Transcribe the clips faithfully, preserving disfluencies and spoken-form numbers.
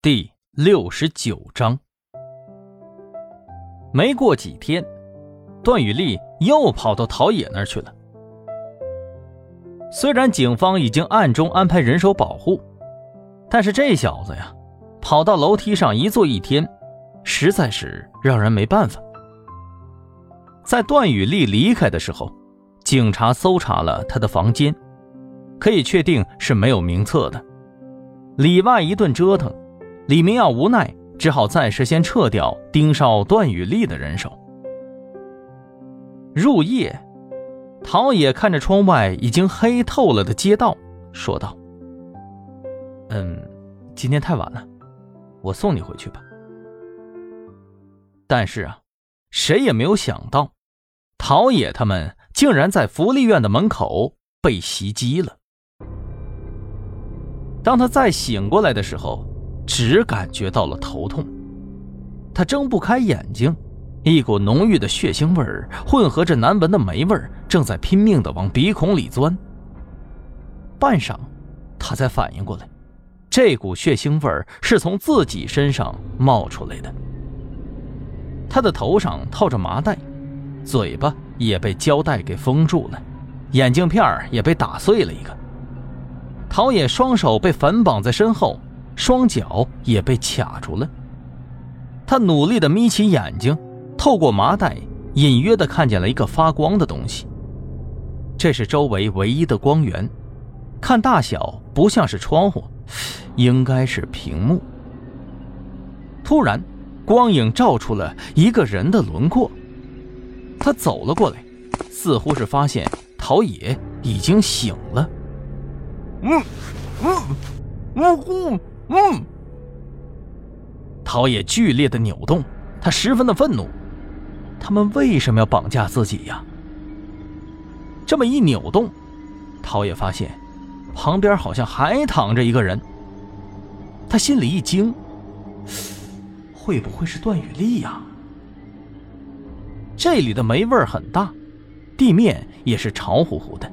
第六十九章。没过几天，段雨丽又跑到陶冶那儿去了。虽然警方已经暗中安排人手保护，但是这小子呀，跑到楼梯上一坐一天，实在是让人没办法。在段雨丽离开的时候，警察搜查了他的房间，可以确定是没有名册的。里外一顿折腾，李明耀无奈，只好暂时先撤掉盯梢段雨丽的人手。入夜，陶冶看着窗外已经黑透了的街道，说道：嗯，今天太晚了，我送你回去吧。但是啊，谁也没有想到，陶冶他们竟然在福利院的门口被袭击了。当他再醒过来的时候，只感觉到了头痛。他睁不开眼睛，一股浓郁的血腥味儿混合着难闻的霉味儿正在拼命地往鼻孔里钻。半晌，他才反应过来，这股血腥味儿是从自己身上冒出来的。他的头上套着麻袋，嘴巴也被胶带给封住了，眼镜片也被打碎了一个。陶冶双手被反绑在身后，双脚也被卡住了。他努力地眯起眼睛，透过麻袋隐约地看见了一个发光的东西。这是周围唯一的光源，看大小不像是窗户，应该是屏幕。突然，光影照出了一个人的轮廓。他走了过来，似乎是发现陶冶已经醒了。嗯嗯嗯嗯嗯，陶冶剧烈的扭动，他十分的愤怒。他们为什么要绑架自己呀？这么一扭动，陶冶发现旁边好像还躺着一个人。他心里一惊，会不会是段雨丽呀？这里的霉味很大，地面也是潮乎乎的。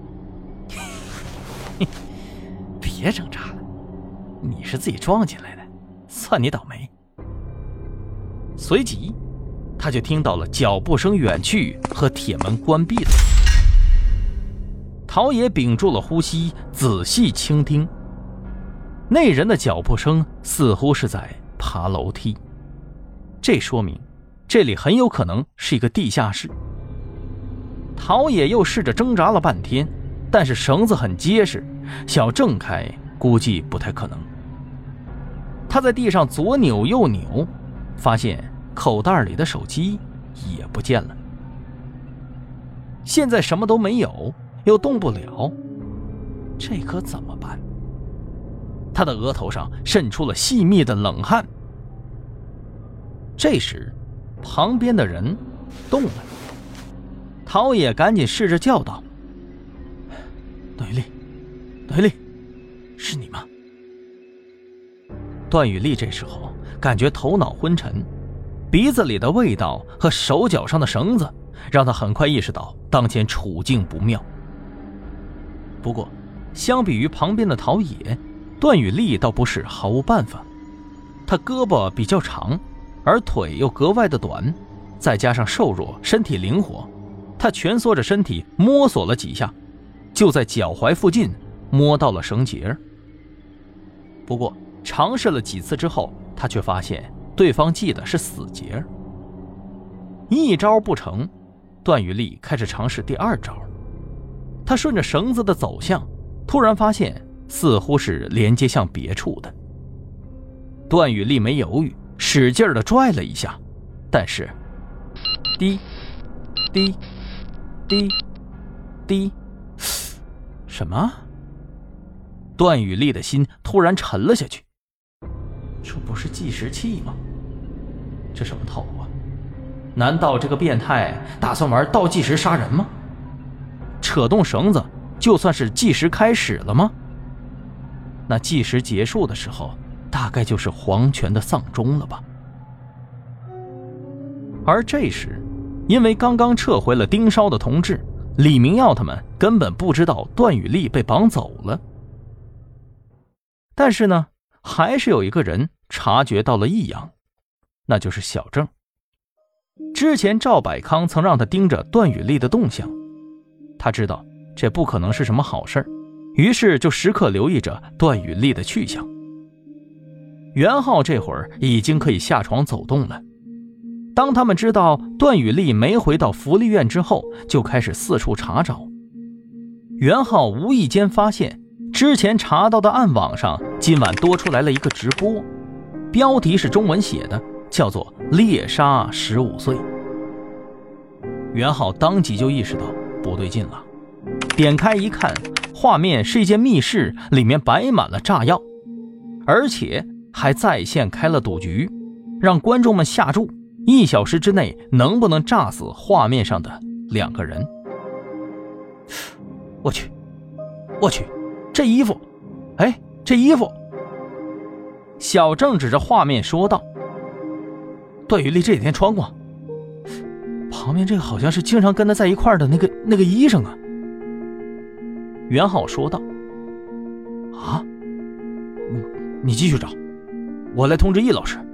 别挣扎了，你是自己撞进来的，算你倒霉。随即他就听到了脚步声远去和铁门关闭了。陶冶屏住了呼吸，仔细倾听，那人的脚步声似乎是在爬楼梯，这说明这里很有可能是一个地下室。陶冶又试着挣扎了半天，但是绳子很结实，想挣开估计不太可能。他在地上左扭右扭，发现口袋里的手机也不见了。现在什么都没有，又动不了，这可怎么办？他的额头上渗出了细密的冷汗。这时旁边的人动了，陶冶赶紧试着叫道：段雨丽，段雨丽，是你吗？段雨丽这时候感觉头脑昏沉，鼻子里的味道和手脚上的绳子让她很快意识到当前处境不妙。不过相比于旁边的陶冶，段雨丽倒不是毫无办法。她胳膊比较长，而腿又格外的短，再加上瘦弱，身体灵活，她蜷缩着身体摸索了几下，就在脚踝附近摸到了绳结。不过尝试了几次之后，他却发现对方系的是死结。一招不成，段雨丽开始尝试第二招。他顺着绳子的走向，突然发现似乎是连接向别处的。段雨丽没犹豫，使劲地拽了一下，但是滴滴滴滴，什么？段雨丽的心突然沉了下去。这不是计时器吗？这什么头啊？难道这个变态打算玩倒计时杀人吗？扯动绳子就算是计时开始了吗？那计时结束的时候，大概就是黄泉的丧钟了吧。而这时，因为刚刚撤回了盯梢的同志，李明耀他们根本不知道段雨丽被绑走了。但是呢， 还是有一个人察觉到了异样，那就是小郑。之前赵百康曾让他盯着段雨丽的动向，他知道这不可能是什么好事，于是就时刻留意着段雨丽的去向。袁浩这会儿已经可以下床走动了，当他们知道段雨丽没回到福利院之后，就开始四处查找。袁浩无意间发现之前查到的暗网上今晚多出来了一个直播，标题是中文写的，叫做猎杀十五岁。袁浩当即就意识到不对劲了，点开一看，画面是一间密室，里面摆满了炸药，而且还在线开了赌局，让观众们下注一小时之内能不能炸死画面上的两个人。我去我去这衣服，哎，这衣服！小郑指着画面说道：段雨丽这几天穿过，旁边这个好像是经常跟他在一块的那个那个医生啊。袁浩说道：啊，你你继续找，我来通知易老师。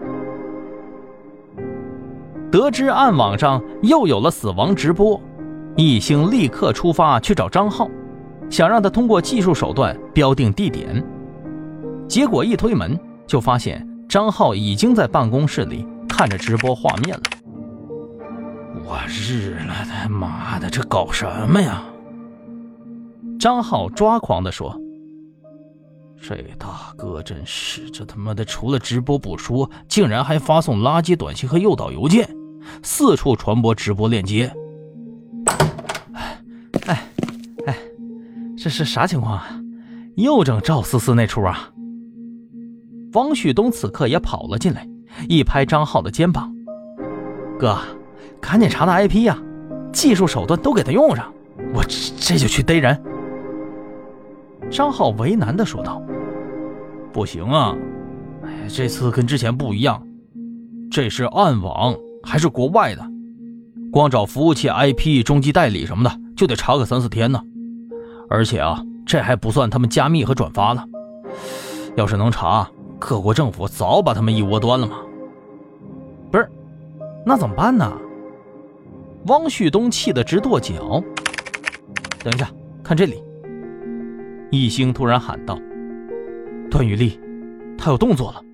得知暗网上又有了死亡直播，易星立刻出发去找张浩，想让他通过技术手段标定地点。结果一推门就发现张浩已经在办公室里看着直播画面了。我日了他妈的，这搞什么呀？张浩抓狂地说：这大哥真是，这他妈的除了直播不说，竟然还发送垃圾短信和诱导邮件，四处传播直播链接。哎哎，这是啥情况啊？又整赵思思那出啊？王旭东此刻也跑了进来，一拍张浩的肩膀：哥，赶紧查他 I P 啊，技术手段都给他用上，我这就去逮人。张浩为难地说道：不行啊，哎，这次跟之前不一样，这是暗网，还是国外的，光找服务器 I P 中继代理什么的就得查个三四天呢。而且啊，这还不算他们加密和转发了，要是能查，各国政府早把他们一窝端了嘛。不是，那怎么办呢？汪旭东气得直跺脚。等一下，看这里。易星突然喊道：段雨丽，她有动作了。